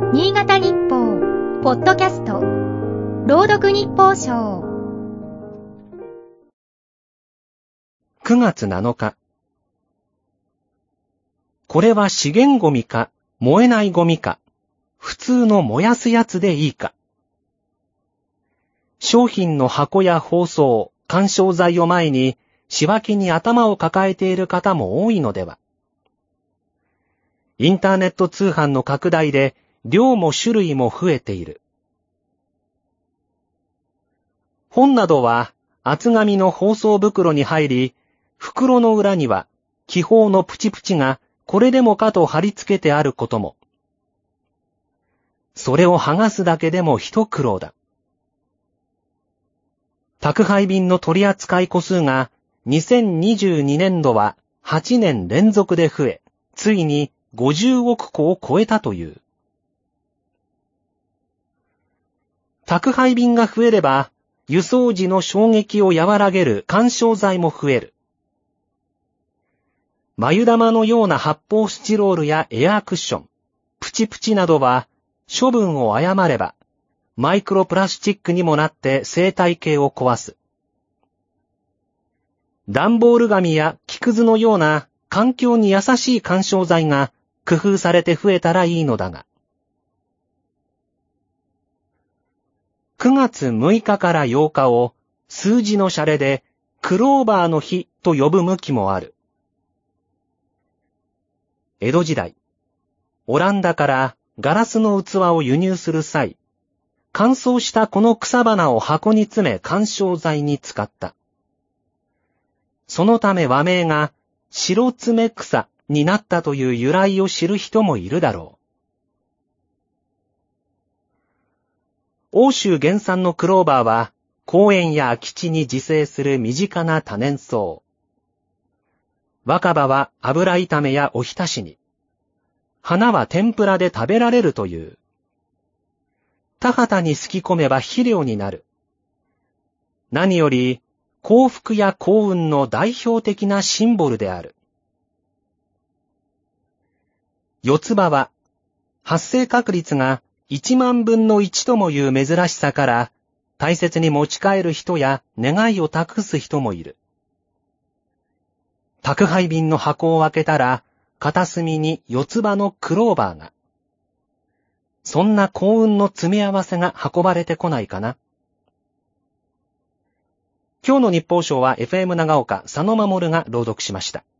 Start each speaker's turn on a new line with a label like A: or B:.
A: 新潟日報ポッドキャスト朗読日報賞
B: 9月7日。これは資源ゴミか燃えないゴミか、普通の燃やすやつでいいか。商品の箱や包装、緩衝材を前に仕分けに頭を抱えている方も多いのでは。インターネット通販の拡大で量も種類も増えている。本などは厚紙の包装袋に入り、袋の裏には気泡のプチプチがこれでもかと貼り付けてあることも。それを剥がすだけでも一苦労だ。宅配便の取扱い個数が2022年度は8年連続で増え、ついに50億個を超えたという。宅配便が増えれば、輸送時の衝撃を和らげる緩衝材も増える。繭玉のような発泡スチロールやエアークッション、プチプチなどは、処分を誤れば、マイクロプラスチックにもなって生態系を壊す。段ボール紙や木くずのような環境に優しい緩衝材が工夫されて増えたらいいのだが。9月6日から8日を数字のシャレでクローバーの日と呼ぶ向きもある。江戸時代、オランダからガラスの器を輸入する際、乾燥したこの草花を箱に詰め緩衝材に使った。そのため和名が白爪草になったという由来を知る人もいるだろう。欧州原産のクローバーは公園や空き地に自生する身近な多年草。若葉は油炒めやおひたしに。花は天ぷらで食べられるという。田畑にすき込めば肥料になる。何より幸福や幸運の代表的なシンボルである。四つ葉は発生確率が1万分の1ともいう珍しさから大切に持ち帰る人や願いを託す人もいる。宅配便の箱を開けたら片隅に四つ葉のクローバーが。そんな幸運の詰め合わせが運ばれてこないかな。今日の日報賞は FM 長岡佐野守が朗読しました。